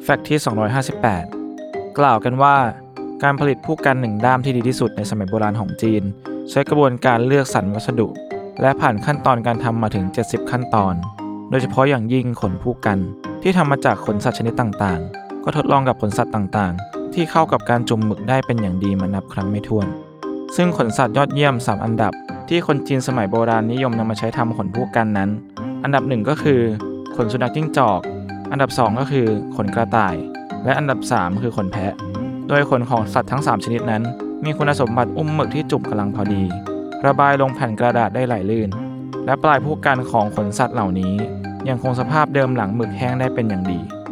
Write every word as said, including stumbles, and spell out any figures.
แฟกต์ที่สองร้อยห้าสิบแปดกล่าวกันว่าการผลิตผู้กันหนึ่งด้ามที่ดีที่สุดในสมัยโบราณของจีนใช้กระบวนการเลือกสรรวัสดุและผ่านขั้นตอนการทำมาถึงเจ็ดสิบขั้นตอนโดยเฉพาะอย่างยิ่งขนผู้กันที่ทำมาจากขนสัตว์ชนิดต่างๆก็ทดลองกับขนสัตว์ต่างๆที่เข้ากับการจุ่มหมึกได้เป็นอย่างดีมานับครั้งไม่ถ้วนซึ่งขนสัตว์ยอดเยี่ยมสามอันดับที่คนจีนสมัยโบราณนิยมนำมาใช้ทำขนผู้กันนั้นอันดับหนึ่งก็คือขนสุนัขจิ้งจอกอันดับสองก็คือขนกระต่ายและอันดับสามคือขนแพะโดยขนของสัตว์ทั้งสามชนิดนั้นมีคุณสมบัติอุ้มหมึกที่จุ่มกำลังพอดีระบายลงแผ่นกระดาษได้ไหลลื่นและปลายผู้กันของขนสัตว์เหล่านี้ยังคงสภาพเดิมหลังหมึกแห้งได้เป็นอย่างดี